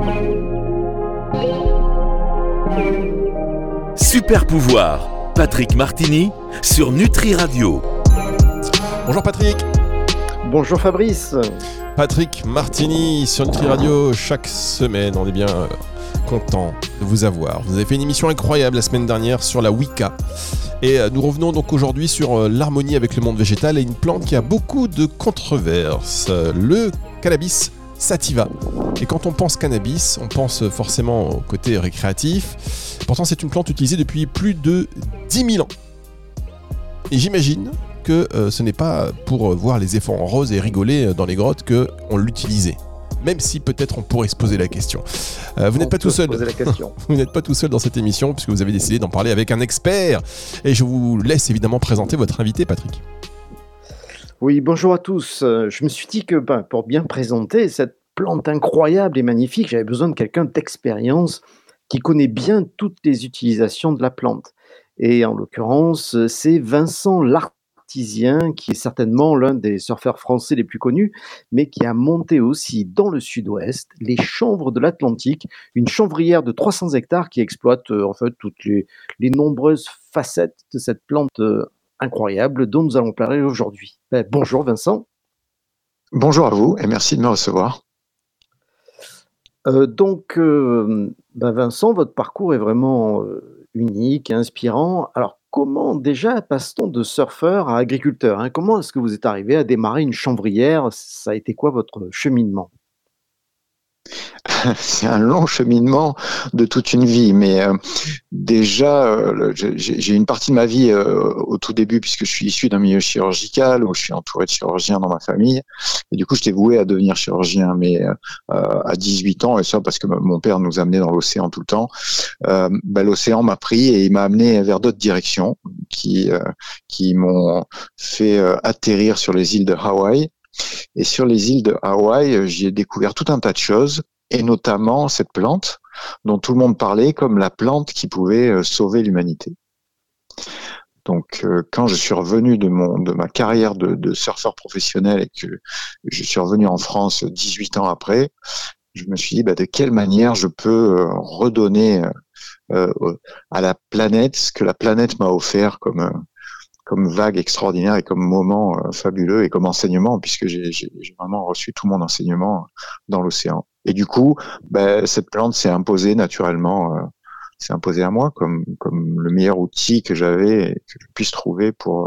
Super pouvoir, Patrick Martini sur Nutri Radio. Bonjour Patrick. Bonjour Fabrice. Patrick Martini sur Nutri Radio chaque semaine. On est bien content de vous avoir. Vous avez fait une émission incroyable la semaine dernière sur la Wicca. Et nous revenons donc aujourd'hui sur l'harmonie avec le monde végétal et une plante qui a beaucoup de controverses, le cannabis sativa. Et quand on pense cannabis, on pense forcément au côté récréatif. Pourtant, c'est une plante utilisée depuis plus de 10 000 ans. Et j'imagine que ce n'est pas pour voir les effets en rose et rigoler dans les grottes qu'on l'utilisait. Même si peut-être on pourrait se poser la question. Vous n'êtes pas tout seul. Vous n'êtes pas tout seul dans cette émission puisque vous avez décidé d'en parler avec un expert. Et je vous laisse évidemment présenter votre invité, Patrick. Oui, bonjour à tous. Je me suis dit que pour bien présenter cette plante incroyable et magnifique, j'avais besoin de quelqu'un d'expérience qui connaît bien toutes les utilisations de la plante. Et en l'occurrence, c'est Vincent Lartisien, qui est certainement l'un des surfeurs français les plus connus, mais qui a monté aussi dans le sud-ouest les chanvres de l'Atlantique, une chanvrière de 300 hectares qui exploite en fait toutes les nombreuses facettes de cette plante incroyable dont nous allons parler aujourd'hui. Bonjour Vincent. Bonjour à vous et merci de me recevoir. Vincent, votre parcours est vraiment unique et inspirant. Alors, comment déjà passe-t-on de surfeur à agriculteur, Comment est-ce que vous êtes arrivé à démarrer une chanvrière? Ça a été quoi votre cheminement? C'est un long cheminement de toute une vie, mais j'ai une partie de ma vie au tout début, puisque je suis issu d'un milieu chirurgical, où je suis entouré de chirurgiens dans ma famille, et du coup j'étais voué à devenir chirurgien, mais à 18 ans, et ça parce que mon père nous amenait dans l'océan tout le temps, l'océan m'a pris et il m'a amené vers d'autres directions qui m'ont fait atterrir sur les îles de Hawaï. Et sur les îles de Hawaï, j'y ai découvert tout un tas de choses, et notamment cette plante dont tout le monde parlait comme la plante qui pouvait sauver l'humanité. Donc, quand je suis revenu de ma carrière de surfeur professionnel et que je suis revenu en France 18 ans après, je me suis dit de quelle manière je peux redonner à la planète ce que la planète m'a offert comme vague extraordinaire et comme moment fabuleux et comme enseignement, puisque j'ai vraiment reçu tout mon enseignement dans l'océan. Et du coup, cette plante s'est imposée naturellement, s'est imposée à moi comme le meilleur outil que j'avais et que je puisse trouver pour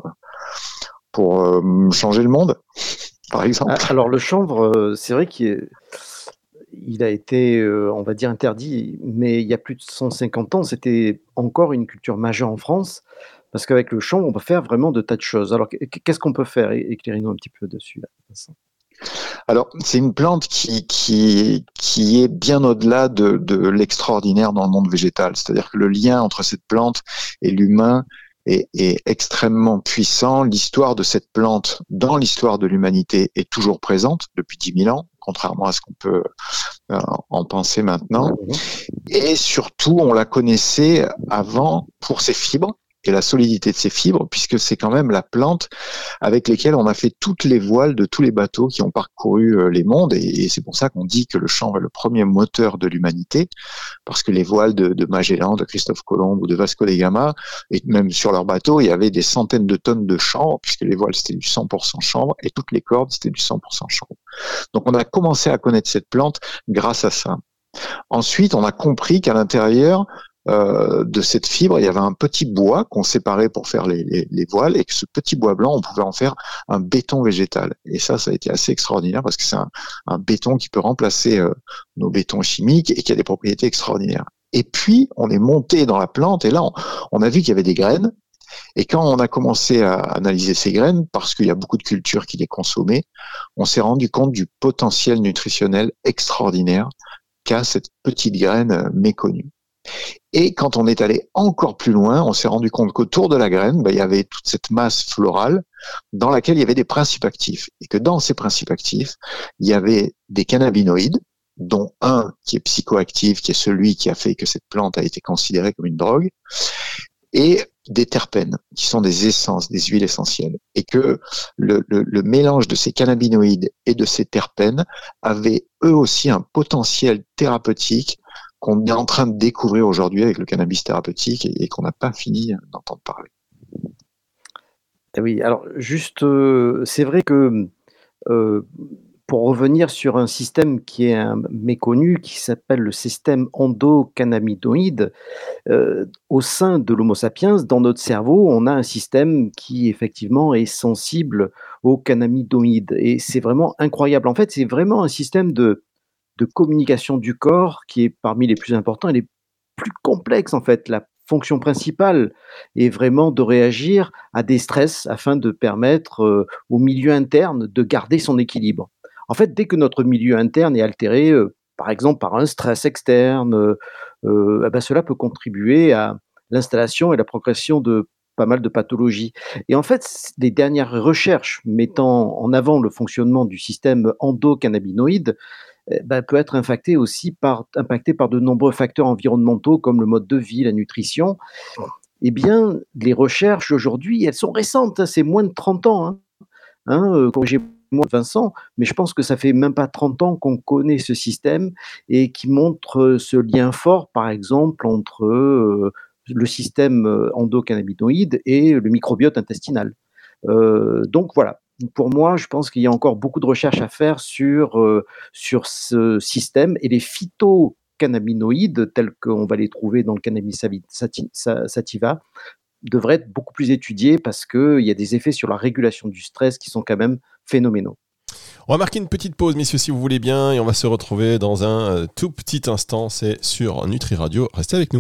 changer le monde, par exemple. Alors le chanvre, c'est vrai qu'il a été, on va dire, interdit, mais il y a plus de 150 ans, c'était encore une culture majeure en France. Parce qu'avec le chanvre, on peut faire vraiment de tas de choses. Alors, qu'est-ce qu'on peut faire? Éclairez-nous un petit peu dessus, là, Vincent. Alors, c'est une plante qui est bien au-delà de l'extraordinaire dans le monde végétal. C'est-à-dire que le lien entre cette plante et l'humain est extrêmement puissant. L'histoire de cette plante dans l'histoire de l'humanité est toujours présente depuis 10 000 ans, contrairement à ce qu'on peut en penser maintenant. Et surtout, on la connaissait avant pour ses fibres et la solidité de ses fibres, puisque c'est quand même la plante avec laquelle on a fait toutes les voiles de tous les bateaux qui ont parcouru les mondes, et c'est pour ça qu'on dit que le chanvre est le premier moteur de l'humanité, parce que les voiles de Magellan, de Christophe Colomb ou de Vasco da Gama, et même sur leurs bateaux, il y avait des centaines de tonnes de chanvre, puisque les voiles c'était du 100% chanvre, et toutes les cordes c'était du 100% chanvre. Donc on a commencé à connaître cette plante grâce à ça. Ensuite, on a compris qu'à l'intérieur de cette fibre, il y avait un petit bois qu'on séparait pour faire les voiles, et que ce petit bois blanc, on pouvait en faire un béton végétal. Et ça a été assez extraordinaire parce que c'est un béton qui peut remplacer nos bétons chimiques et qui a des propriétés extraordinaires. Et puis, on est monté dans la plante et là, on a vu qu'il y avait des graines. Et quand on a commencé à analyser ces graines, parce qu'il y a beaucoup de cultures qui les consommaient, on s'est rendu compte du potentiel nutritionnel extraordinaire qu'a cette petite graine méconnue. Et quand on est allé encore plus loin, on s'est rendu compte qu'autour de la graine, il y avait toute cette masse florale dans laquelle il y avait des principes actifs. Et que dans ces principes actifs, il y avait des cannabinoïdes, dont un qui est psychoactif, qui est celui qui a fait que cette plante a été considérée comme une drogue, et des terpènes, qui sont des essences, des huiles essentielles, et que le mélange de ces cannabinoïdes et de ces terpènes avait eux aussi un potentiel thérapeutique qu'on est en train de découvrir aujourd'hui avec le cannabis thérapeutique et qu'on n'a pas fini d'entendre parler. Oui, alors juste, c'est vrai que, heu, pour revenir sur un système qui est méconnu, qui s'appelle le système endocannabinoïde, au sein de l'Homo sapiens, dans notre cerveau, on a un système qui effectivement est sensible aux cannabinoïdes et c'est vraiment incroyable. En fait, c'est vraiment un système de communication du corps qui est parmi les plus importants et les plus complexes en fait. La fonction principale est vraiment de réagir à des stress afin de permettre, au milieu interne de garder son équilibre. En fait, dès que notre milieu interne est altéré, par exemple par un stress externe, et bah, cela peut contribuer à l'installation et la progression de pas mal de pathologies et en fait, les dernières recherches mettant en avant le fonctionnement du système endocannabinoïde bah, peut être impacté par de nombreux facteurs environnementaux comme le mode de vie, la nutrition. Eh bien, les recherches aujourd'hui, elles sont récentes, hein, c'est moins de 30 ans, corrigez-moi Vincent, mais je pense que ça fait même pas 30 ans qu'on connaît ce système et qui montre, ce lien fort, par exemple, entre, le système, endocannabinoïde et le microbiote intestinal. Donc voilà, pour moi, je pense qu'il y a encore beaucoup de recherches à faire sur ce système et les phytocannabinoïdes tels qu'on va les trouver dans le cannabis sativa devraient être beaucoup plus étudiés parce qu'il y a des effets sur la régulation du stress qui sont quand même phénoménaux. On va marquer une petite pause, messieurs, si vous voulez bien, et on va se retrouver dans un tout petit instant. C'est sur Nutri Radio. Restez avec nous.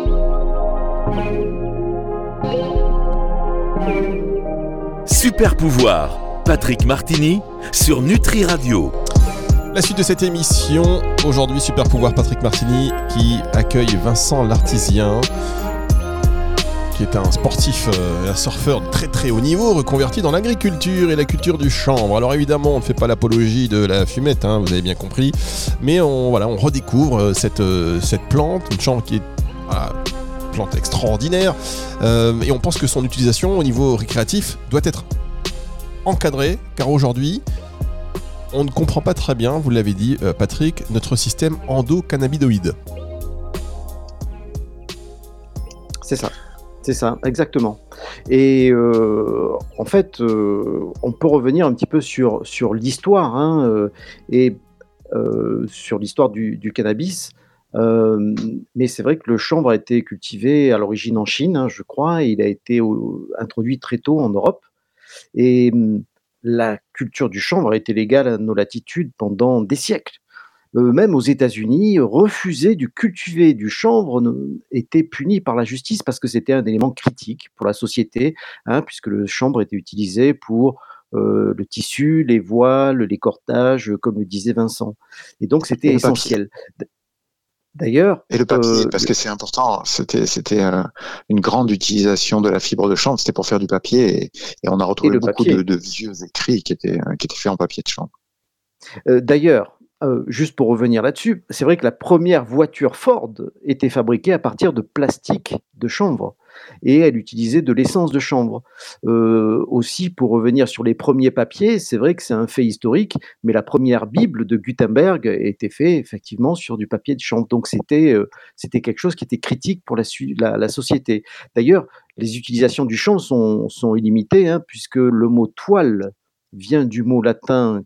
Super pouvoir, Patrick Martini sur Nutri Radio. La suite de cette émission, aujourd'hui Super pouvoir Patrick Martini qui accueille Vincent Lartisien, qui est un sportif, un surfeur de très très haut niveau, reconverti dans l'agriculture et la culture du chanvre. Alors évidemment, on ne fait pas l'apologie de la fumette, hein, vous avez bien compris, mais on redécouvre cette plante, une chanvre qui est plante extraordinaire, et on pense que son utilisation au niveau récréatif doit être encadrée, car aujourd'hui, on ne comprend pas très bien, vous l'avez dit Patrick, notre système endocannabinoïde. C'est ça, exactement. Et en fait, on peut revenir un petit peu sur l'histoire, et sur l'histoire du cannabis. Mais c'est vrai que le chanvre a été cultivé à l'origine en Chine, je crois, et il a été introduit très tôt en Europe. Et la culture du chanvre a été légale à nos latitudes pendant des siècles. Même aux États-Unis, refuser de cultiver du chanvre était puni par la justice parce que c'était un élément critique pour la société, puisque le chanvre était utilisé pour le tissu, les voiles, les cortages, comme le disait Vincent. Et donc c'était Et le papier. essentiel. D'ailleurs, Et le papier, parce que c'est important. C'était une grande utilisation de la fibre de chanvre. C'était pour faire du papier, et on a retrouvé beaucoup de vieux écrits qui étaient faits en papier de chanvre. D'ailleurs, juste pour revenir là-dessus, c'est vrai que la première voiture Ford était fabriquée à partir de plastique de chanvre et elle utilisait de l'essence de chanvre. Aussi pour revenir sur les premiers papiers, c'est vrai que c'est un fait historique, mais la première Bible de Gutenberg était faite effectivement sur du papier de chanvre. Donc c'était quelque chose qui était critique pour la société. D'ailleurs, les utilisations du chanvre sont illimitées, puisque le mot toile vient du mot latin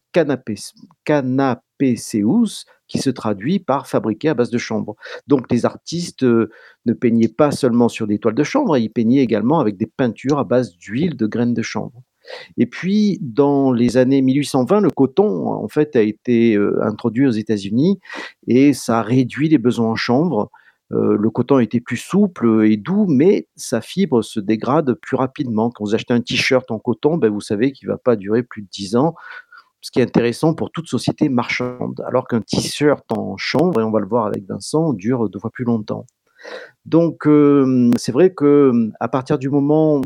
cannapeceus, qui se traduit par fabriquer à base de chanvre. Donc les artistes ne peignaient pas seulement sur des toiles de chanvre, ils peignaient également avec des peintures à base d'huile de graines de chanvre. Et puis, dans les années 1820, le coton, en fait, a été introduit aux États-Unis et ça a réduit les besoins en chanvre. Le coton était plus souple et doux, mais sa fibre se dégrade plus rapidement. Quand vous achetez un t-shirt en coton, vous savez qu'il ne va pas durer plus de 10 ans, ce qui est intéressant pour toute société marchande, alors qu'un t-shirt en chanvre, et on va le voir avec Vincent, dure 2 fois plus longtemps. Donc, c'est vrai qu'à partir du moment,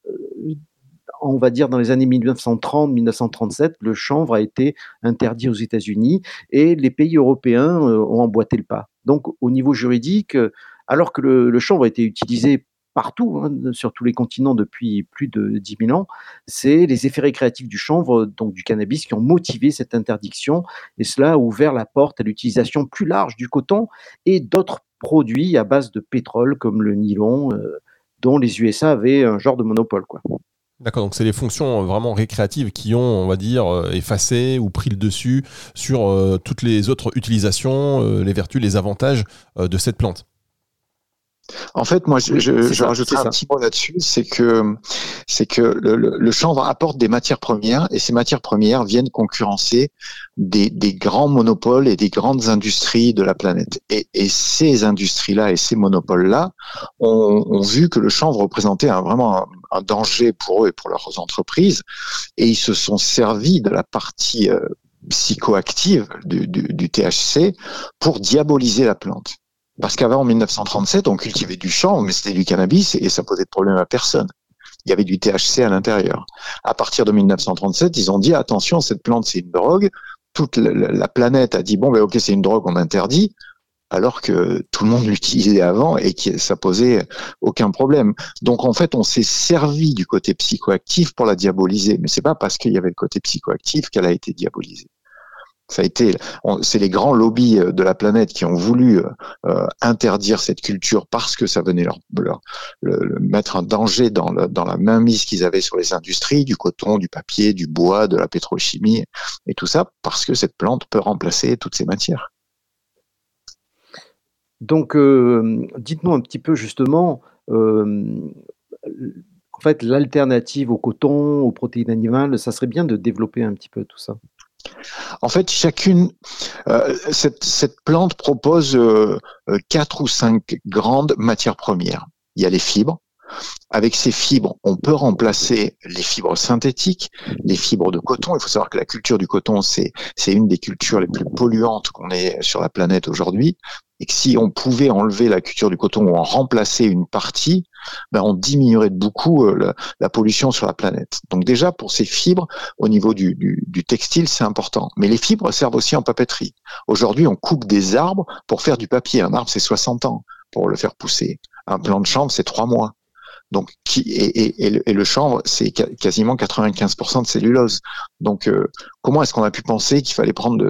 on va dire dans les années 1930-1937, le chanvre a été interdit aux États-Unis et les pays européens ont emboîté le pas. Donc au niveau juridique, alors que le chanvre a été utilisé partout, hein, sur tous les continents depuis plus de 10 000 ans, c'est les effets récréatifs du chanvre, donc du cannabis, qui ont motivé cette interdiction. Et cela a ouvert la porte à l'utilisation plus large du coton et d'autres produits à base de pétrole, comme le nylon, dont les USA avaient un genre de monopole, quoi. D'accord, donc c'est les fonctions vraiment récréatives qui ont, on va dire, effacé ou pris le dessus sur toutes les autres utilisations, les vertus, les avantages de cette plante. En fait, moi, je rajouterai un petit mot là-dessus, c'est que le chanvre apporte des matières premières, et ces matières premières viennent concurrencer des grands monopoles et des grandes industries de la planète. Et ces industries-là et ces monopoles-là ont vu que le chanvre représentait vraiment un danger pour eux et pour leurs entreprises, et ils se sont servis de la partie psychoactive du THC pour diaboliser la plante. Parce qu'avant, en 1937, on cultivait du chanvre, mais c'était du cannabis et ça posait de problème à personne. Il y avait du THC à l'intérieur. À partir de 1937, ils ont dit attention, cette plante c'est une drogue. Toute la planète a dit bon, ben ok, c'est une drogue, on interdit, alors que tout le monde l'utilisait avant et que ça posait aucun problème. Donc en fait, on s'est servi du côté psychoactif pour la diaboliser, mais c'est pas parce qu'il y avait le côté psychoactif qu'elle a été diabolisée. C'est les grands lobbies de la planète qui ont voulu interdire cette culture parce que ça venait leur mettre un danger dans la mainmise qu'ils avaient sur les industries, du coton, du papier, du bois, de la pétrochimie et tout ça, parce que cette plante peut remplacer toutes ces matières. Donc, dites-nous un petit peu justement, en fait, l'alternative au coton, aux protéines animales, ça serait bien de développer un petit peu tout ça. En fait, cette plante propose 4 ou 5 grandes matières premières. Il y a les fibres. Avec ces fibres, on peut remplacer les fibres synthétiques, les fibres de coton. Il faut savoir que la culture du coton, c'est une des cultures les plus polluantes qu'on ait sur la planète aujourd'hui. Et que si on pouvait enlever la culture du coton ou en remplacer une partie, ben on diminuerait de beaucoup la pollution sur la planète. Donc déjà, pour ces fibres, au niveau du textile, c'est important. Mais les fibres servent aussi en papeterie. Aujourd'hui, on coupe des arbres pour faire du papier. Un arbre, c'est 60 ans pour le faire pousser. Un plant de chanvre, c'est 3 mois. Donc, le chanvre, c'est quasiment 95% de cellulose. Donc, comment est-ce qu'on a pu penser qu'il fallait prendre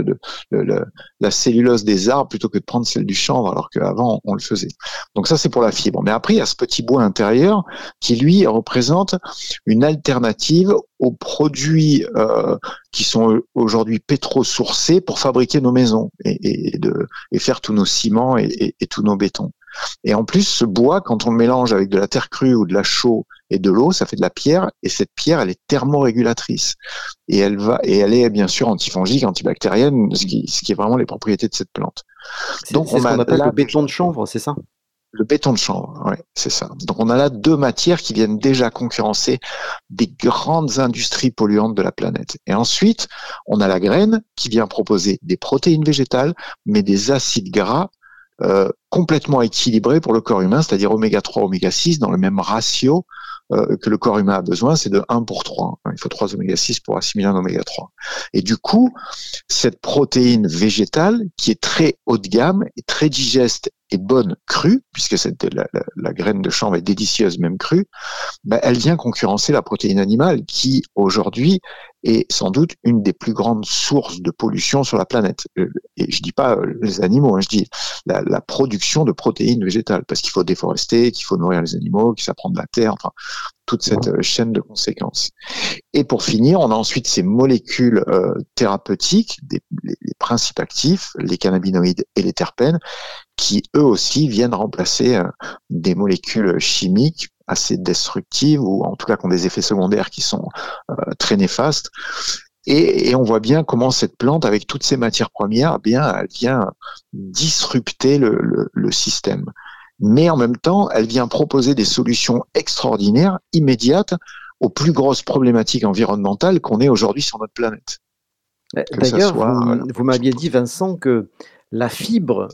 la cellulose des arbres plutôt que de prendre celle du chanvre, alors qu'avant, on le faisait. Donc ça, c'est pour la fibre. Mais après, il y a ce petit bois intérieur qui, lui, représente une alternative aux produits qui sont aujourd'hui pétro-sourcés pour fabriquer nos maisons et faire tous nos ciments et tous nos bétons. Et en plus, ce bois, quand on le mélange avec de la terre crue ou de la chaux et de l'eau, ça fait de la pierre. Et cette pierre, elle est thermorégulatrice. Et elle est bien sûr antifongique, antibactérienne, ce qui est vraiment les propriétés de cette plante. Donc, c'est ce qu'on appelle le béton de chanvre, c'est ça ? Le béton de chanvre, oui, c'est ça. Donc on a là 2 matières qui viennent déjà concurrencer des grandes industries polluantes de la planète. Et ensuite, on a la graine qui vient proposer des protéines végétales, mais des acides gras complètement équilibrés pour le corps humain, c'est-à-dire oméga 3, oméga 6 dans le même ratio que le corps humain a besoin, c'est de 1 pour 3. Il faut 3 oméga 6 pour assimiler un oméga 3. Et du coup, cette protéine végétale, qui est très haut de gamme et très digeste et bonne crue, puisque la graine de chanvre est délicieuse même crue, ben, elle vient concurrencer la protéine animale qui, aujourd'hui, est sans doute une des plus grandes sources de pollution sur la planète. Et je dis pas les animaux, je dis la production de protéines végétales, parce qu'il faut déforester, qu'il faut nourrir les animaux, qu'il faut prendre de la terre, enfin, toute cette chaîne de conséquences. Et pour finir, on a ensuite ces molécules thérapeutiques, les principes actifs, les cannabinoïdes et les terpènes, qui eux aussi viennent remplacer des molécules chimiques assez destructives, ou en tout cas qui ont des effets secondaires qui sont très néfastes. Et on voit bien comment cette plante, avec toutes ces matières premières, eh bien, elle vient disrupter le système. Mais en même temps, elle vient proposer des solutions extraordinaires, immédiates, aux plus grosses problématiques environnementales qu'on ait aujourd'hui sur notre planète. D'ailleurs, vous m'aviez dit, Vincent, que la fibre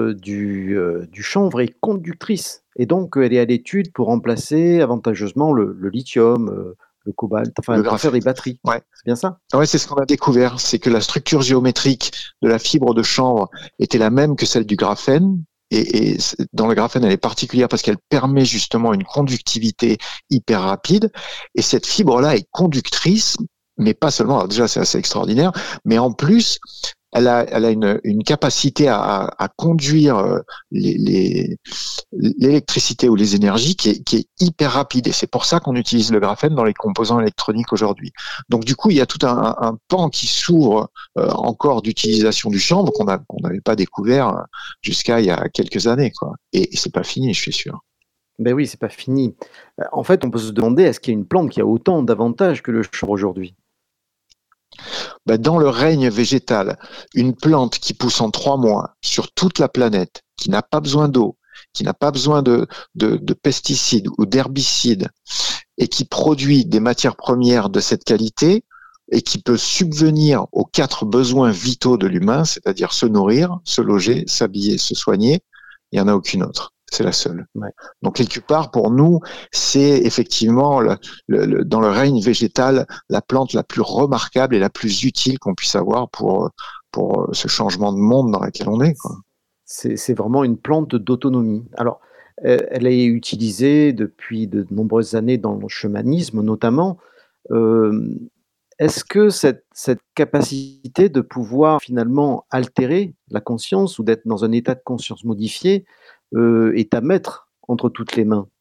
du chanvre est conductrice, et donc elle est à l'étude pour remplacer avantageusement le lithium, le cobalt, enfin pour faire des batteries. Ouais. C'est bien ça ? Ouais, c'est ce qu'on a découvert, c'est que la structure géométrique de la fibre de chanvre était la même que celle du graphène, et dans le graphène, elle est particulière parce qu'elle permet justement une conductivité hyper rapide. Et cette fibre-là est conductrice, mais pas seulement. Alors déjà, c'est assez extraordinaire, mais en plus, elle a une capacité à conduire l'électricité ou les énergies qui est hyper rapide. Et c'est pour ça qu'on utilise le graphène dans les composants électroniques aujourd'hui. Donc du coup, il y a tout un pan qui s'ouvre encore d'utilisation du chanvre qu'on n'avait pas découvert jusqu'à il y a quelques années, quoi. Et c'est pas fini, je suis sûr. Ben oui, c'est pas fini. En fait, on peut se demander, est-ce qu'il y a une plante qui a autant d'avantages que le chanvre aujourd'hui? Dans le règne végétal, une plante qui pousse en 3 mois sur toute la planète, qui n'a pas besoin d'eau, qui n'a pas besoin de pesticides ou d'herbicides, et qui produit des matières premières de cette qualité, et qui peut subvenir aux 4 besoins vitaux de l'humain, c'est-à-dire se nourrir, se loger, s'habiller, se soigner, il n'y en a aucune autre. C'est la seule. Ouais. Donc quelque part, pour nous, c'est effectivement dans le règne végétal la plante la plus remarquable et la plus utile qu'on puisse avoir pour ce changement de monde dans lequel on est, quoi. C'est vraiment une plante d'autonomie. Alors, elle est utilisée depuis de nombreuses années dans le chamanisme notamment. Est-ce que cette capacité de pouvoir finalement altérer la conscience ou d'être dans un état de conscience modifié est à mettre entre toutes les mains?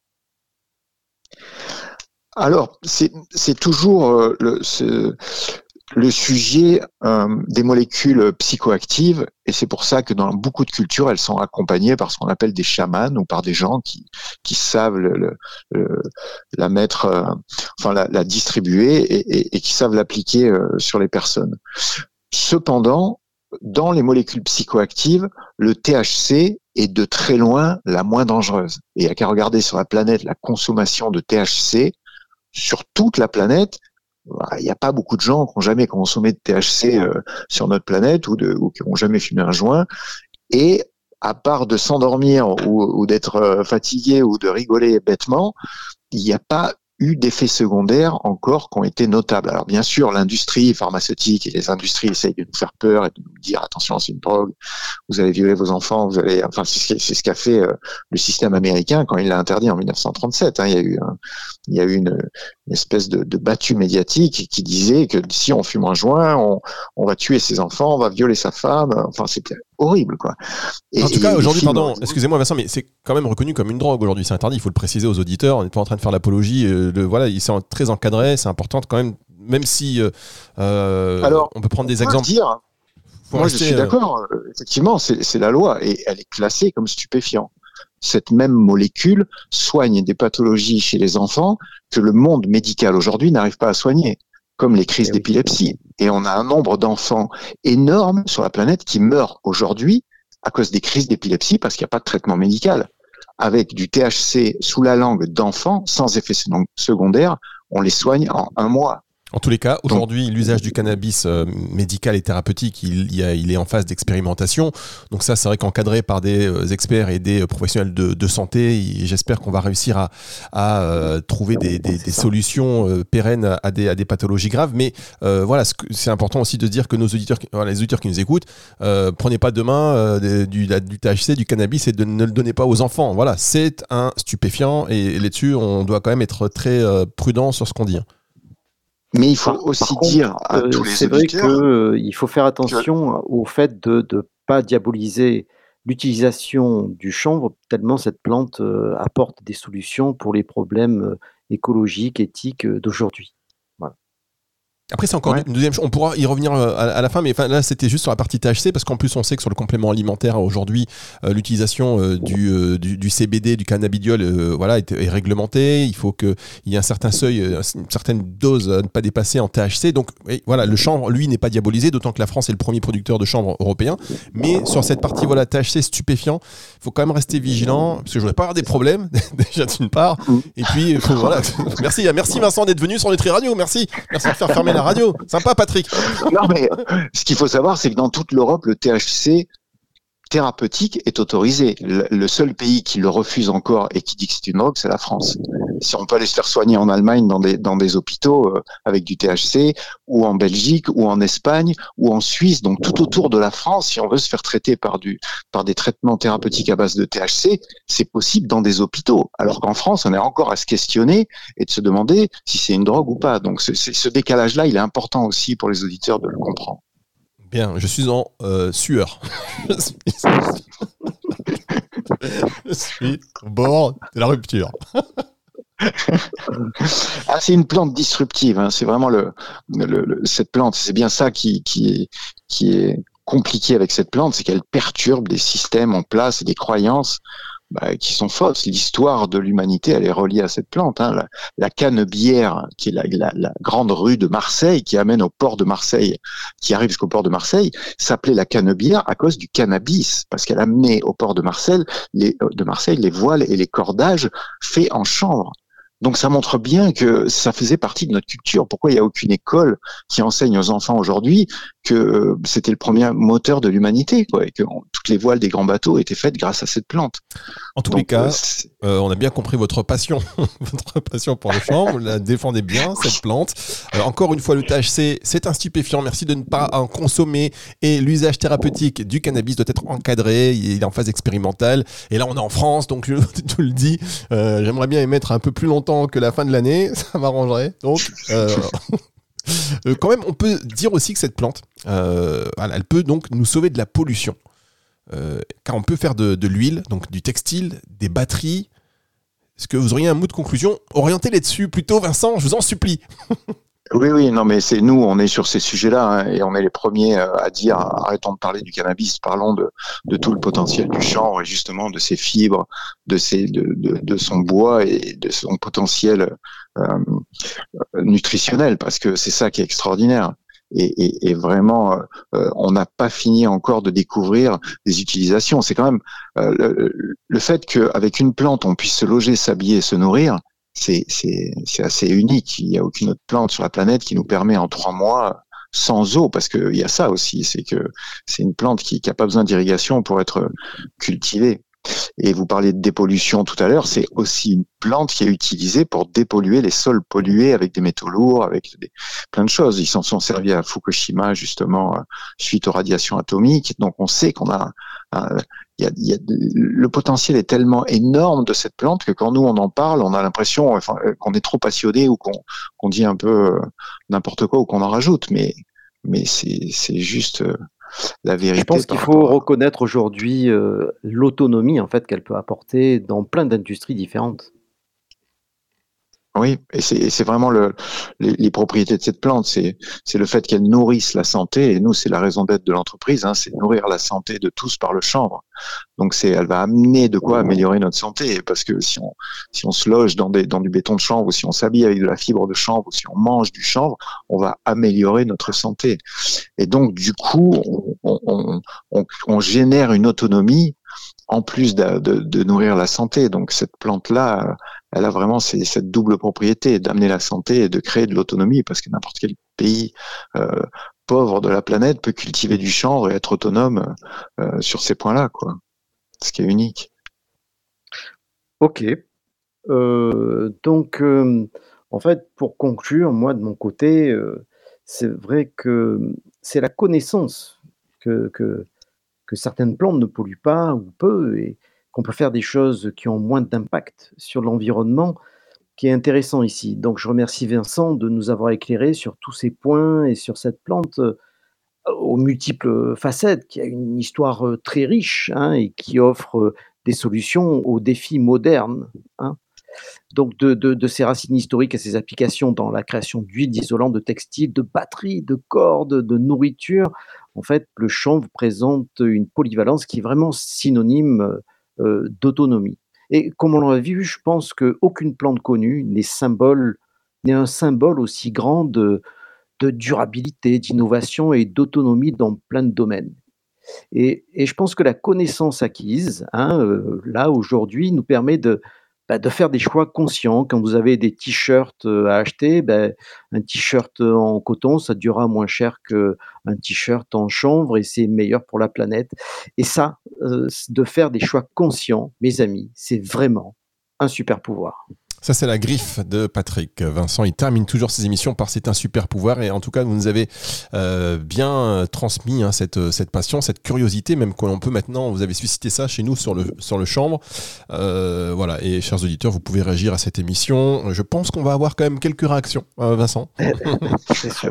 Alors, c'est toujours le sujet des molécules psychoactives, et c'est pour ça que dans beaucoup de cultures, elles sont accompagnées par ce qu'on appelle des chamans ou par des gens qui savent la mettre, la distribuer et qui savent l'appliquer sur les personnes. Cependant, dans les molécules psychoactives, le THC est de très loin la moins dangereuse. Et il n'y a qu'à regarder sur la planète la consommation de THC sur toute la planète. Il n'y a pas beaucoup de gens qui n'ont jamais consommé de THC sur notre planète ou qui n'ont jamais fumé un joint. Et à part de s'endormir ou d'être fatigué ou de rigoler bêtement, il n'y a pas eu d'effets secondaires encore qui ont été notables. Alors bien sûr, l'industrie pharmaceutique et les industries essayent de nous faire peur et de nous dire attention, c'est une drogue, vous allez violer vos enfants, c'est ce qu'a fait le système américain quand il l'a interdit en 1937. Il y a eu une espèce de battue médiatique qui disait que si on fume un joint, on va tuer ses enfants, on va violer sa femme. Enfin, c'était horrible, quoi. En tout cas, aujourd'hui, pardon, excusez-moi Vincent, mais c'est quand même reconnu comme une drogue aujourd'hui. C'est interdit, il faut le préciser aux auditeurs. On n'est pas en train de faire l'apologie. C'est très encadré, c'est important quand même si Alors, on peut prendre des exemples. Moi, je suis d'accord. Effectivement, c'est la loi et elle est classée comme stupéfiant. Cette même molécule soigne des pathologies chez les enfants que le monde médical aujourd'hui n'arrive pas à soigner, comme les crises d'épilepsie. Et on a un nombre d'enfants énorme sur la planète qui meurent aujourd'hui à cause des crises d'épilepsie parce qu'il n'y a pas de traitement médical. Avec du THC sous la langue d'enfants, sans effet secondaire, on les soigne en 1 mois. En tous les cas, aujourd'hui, l'usage du cannabis médical et thérapeutique, il est en phase d'expérimentation. Donc ça, c'est vrai qu'encadré par des experts et des professionnels de santé, j'espère qu'on va réussir à trouver des solutions pérennes à des pathologies graves. Mais c'est important aussi de dire que les auditeurs qui nous écoutent, prenez pas demain du THC, du cannabis et ne le donnez pas aux enfants. Voilà, c'est un stupéfiant et là-dessus, on doit quand même être très prudent sur ce qu'on dit. Mais il faut aussi dire à tous les c'est auditeurs... vrai qu'il faut faire attention au fait de ne pas diaboliser l'utilisation du chanvre, tellement cette plante apporte des solutions pour les problèmes écologiques, éthiques d'aujourd'hui. Voilà. Après, c'est encore une deuxième chose. On pourra y revenir à la fin, mais là, c'était juste sur la partie THC, parce qu'en plus, on sait que sur le complément alimentaire, aujourd'hui, l'utilisation du CBD, du cannabidiol, est réglementée. Il faut qu'il y ait un certain seuil, une certaine dose à ne pas dépasser en THC. Donc, le chanvre, lui, n'est pas diabolisé, d'autant que la France est le premier producteur de chanvre européen. Mais sur cette partie, THC stupéfiant, il faut quand même rester vigilant, parce que je ne voudrais pas avoir des problèmes, déjà d'une part. Et puis, Merci Vincent d'être venu sur Nutri Radio. Merci de faire fermer la radio. Sympa, Patrick. Non, mais ce qu'il faut savoir, c'est que dans toute l'Europe, le THC thérapeutique est autorisé. Le seul pays qui le refuse encore et qui dit que c'est une drogue, c'est la France. si on peut aller se faire soigner en Allemagne dans des hôpitaux avec du THC, ou en Belgique, ou en Espagne, ou en Suisse, donc tout autour de la France, si on veut se faire traiter par des traitements thérapeutiques à base de THC, c'est possible dans des hôpitaux. Alors qu'en France, on est encore à se questionner et de se demander si c'est une drogue ou pas. Donc ce décalage-là, il est important aussi pour les auditeurs de le comprendre. Bien, je suis en sueur. Je suis au bord de la rupture. C'est une plante disruptive, hein. C'est vraiment cette plante. C'est bien ça qui est compliqué avec cette plante, c'est qu'elle perturbe des systèmes en place et des croyances qui sont fausses. L'histoire de l'humanité, elle est reliée à cette plante, hein. La canebière, qui est la grande rue de Marseille, qui amène au port de Marseille, qui arrive jusqu'au port de Marseille, s'appelait la canebière à cause du cannabis, parce qu'elle amenait au port de Marseille les voiles et les cordages faits en chanvre. Donc ça montre bien que ça faisait partie de notre culture. Pourquoi il n'y a aucune école qui enseigne aux enfants aujourd'hui que c'était le premier moteur de l'humanité, quoi, et que toutes les voiles des grands bateaux étaient faites grâce à cette plante. En tous les cas, on a bien compris votre passion, votre passion pour le chanvre. Vous la défendez bien, cette plante. Encore une fois, le THC, c'est un stupéfiant. Merci de ne pas en consommer. Et l'usage thérapeutique du cannabis doit être encadré. Il est en phase expérimentale. Et là, on est en France, donc je te le dis. J'aimerais bien y mettre un peu plus longtemps que la fin de l'année. Ça m'arrangerait. Donc, quand même, on peut dire aussi que cette plante, elle peut donc nous sauver de la pollution. Car on peut faire de l'huile, donc du textile, des batteries. Est-ce que vous auriez un mot de conclusion orienté là-dessus plutôt, Vincent, je vous en supplie. Oui, non, mais on est sur ces sujets-là, hein, et on est les premiers à dire arrêtons de parler du cannabis, parlons de tout le potentiel du chanvre et justement de ses fibres, de son bois et de son potentiel nutritionnel, parce que c'est ça qui est extraordinaire. Et vraiment, on n'a pas fini encore de découvrir des utilisations. C'est quand même le fait qu'avec une plante, on puisse se loger, s'habiller, se nourrir. C'est assez unique. Il n'y a aucune autre plante sur la planète qui nous permet en 3 mois, sans eau, parce qu'il y a ça aussi, c'est que c'est une plante qui n'a pas besoin d'irrigation pour être cultivée. Et vous parliez de dépollution tout à l'heure, c'est aussi une plante qui est utilisée pour dépolluer les sols pollués avec des métaux lourds, avec plein de choses. Ils s'en sont servis à Fukushima, justement, suite aux radiations atomiques. Donc on sait qu'on a le potentiel est tellement énorme de cette plante que quand nous on en parle, on a l'impression qu'on est trop passionné ou qu'on dit un peu n'importe quoi ou qu'on en rajoute. Mais c'est juste la vérité. Je pense qu'il faut reconnaître aujourd'hui l'autonomie en fait qu'elle peut apporter dans plein d'industries différentes. Oui, et c'est vraiment les propriétés de cette plante, c'est le fait qu'elle nourrisse la santé, et nous c'est la raison d'être de l'entreprise, hein, c'est nourrir la santé de tous par le chanvre. Donc elle va amener de quoi améliorer notre santé, parce que si on se loge dans du béton de chanvre, ou si on s'habille avec de la fibre de chanvre, ou si on mange du chanvre, on va améliorer notre santé. Et donc du coup, on génère une autonomie en plus de nourrir la santé. Donc cette plante-là, elle a vraiment cette double propriété d'amener la santé et de créer de l'autonomie, parce que n'importe quel pays pauvre de la planète peut cultiver du chanvre et être autonome sur ces points-là, quoi. Ce qui est unique. Ok. Donc, en fait, pour conclure, moi, de mon côté, c'est vrai que c'est la connaissance que certaines plantes ne polluent pas ou peu, et qu'on peut faire des choses qui ont moins d'impact sur l'environnement, qui est intéressant ici. Donc je remercie Vincent de nous avoir éclairé sur tous ces points et sur cette plante aux multiples facettes, qui a une histoire très riche, hein, et qui offre des solutions aux défis modernes, hein. Donc de ses racines historiques à ses applications dans la création d'huile, d'isolants, de textiles, de batteries, de cordes, de nourriture, en fait, le chanvre présente une polyvalence qui est vraiment synonyme d'autonomie. Et comme on l'a vu, je pense qu'aucune plante connue n'est un symbole aussi grand de durabilité, d'innovation et d'autonomie dans plein de domaines. Et je pense que la connaissance acquise, hein, là, aujourd'hui, nous permet de faire des choix conscients. Quand vous avez des t-shirts à acheter, un t-shirt en coton, ça durera moins cher qu'un t-shirt en chanvre, et c'est meilleur pour la planète. Et ça, de faire des choix conscients, mes amis, c'est vraiment un super pouvoir. Ça, c'est la griffe de Patrick. Vincent, il termine toujours ses émissions par c'est un super pouvoir. Et en tout cas, vous nous avez bien transmis cette passion, cette curiosité, même qu'on peut maintenant, vous avez suscité ça chez nous sur le chanvre. Voilà. Et chers auditeurs, vous pouvez réagir à cette émission. Je pense qu'on va avoir quand même quelques réactions. Vincent. C'est sûr.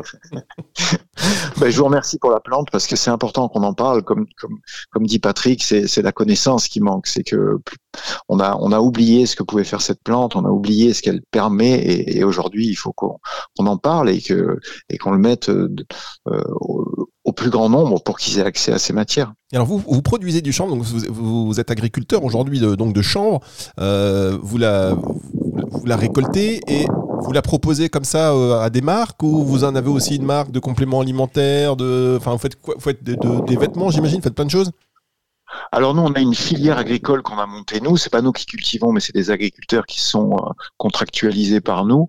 Je vous remercie pour la plante parce que c'est important qu'on en parle. Comme dit Patrick, c'est la connaissance qui manque. C'est que on a oublié ce que pouvait faire cette plante, on a oublié ce qu'elle permet, et aujourd'hui il faut qu'on en parle et qu'on le mette au plus grand nombre pour qu'ils aient accès à ces matières. Et alors vous produisez du chanvre, donc vous êtes agriculteur aujourd'hui de chanvre, vous la récoltez et vous la proposez comme ça à des marques, ou vous en avez aussi une marque de compléments alimentaires, vous faites quoi, vous faites des vêtements, j'imagine, vous faites plein de choses? Alors nous, on a une filière agricole qu'on a montée nous. C'est pas nous qui cultivons, mais c'est des agriculteurs qui sont contractualisés par nous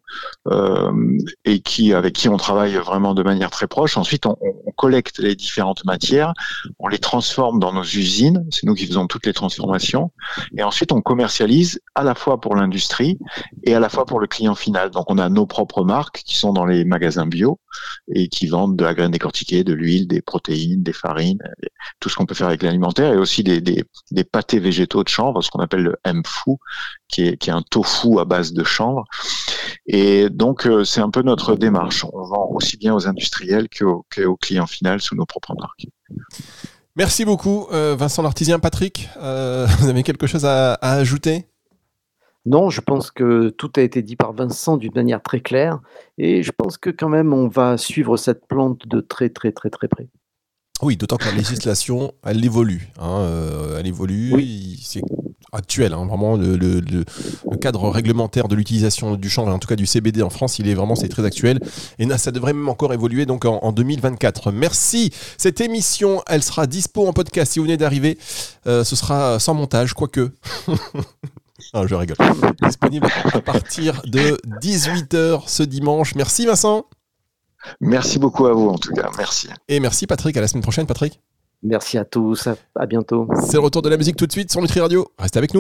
et avec qui on travaille vraiment de manière très proche. Ensuite, on collecte les différentes matières, on les transforme dans nos usines. C'est nous qui faisons toutes les transformations. Et ensuite, on commercialise à la fois pour l'industrie et à la fois pour le client final. Donc, on a nos propres marques qui sont dans les magasins bio et qui vendent de la graine décortiquée, de l'huile, des protéines, des farines, tout ce qu'on peut faire avec l'alimentaire, et aussi des pâtés végétaux de chanvre, ce qu'on appelle le MFU, qui est un tofu à base de chanvre. Et donc, c'est un peu notre démarche. On vend aussi bien aux industriels qu'aux clients finaux sous nos propres marques. Merci beaucoup, Vincent Lartisien. Patrick, vous avez quelque chose à ajouter ? Non, je pense que tout a été dit par Vincent d'une manière très claire, et je pense que quand même on va suivre cette plante de très très très très près. Oui, d'autant que la législation, elle évolue. Elle évolue, Oui. C'est actuel. Vraiment, le cadre réglementaire de l'utilisation du chanvre, en tout cas du CBD en France, c'est très actuel. Et ça devrait même encore évoluer donc en 2024. Merci. Cette émission, elle sera dispo en podcast si vous venez d'arriver. Ce sera sans montage, quoique. Non, je rigole. Disponible à partir de 18h ce dimanche. Merci Vincent. Merci beaucoup à vous en tout cas, merci. Et merci Patrick, à la semaine prochaine Patrick. Merci à tous, à bientôt. C'est le retour de la musique tout de suite sur Nutri Radio. Restez avec nous.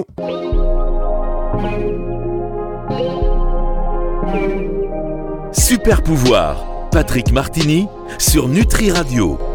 Super pouvoir, Patrick Martini sur Nutri Radio.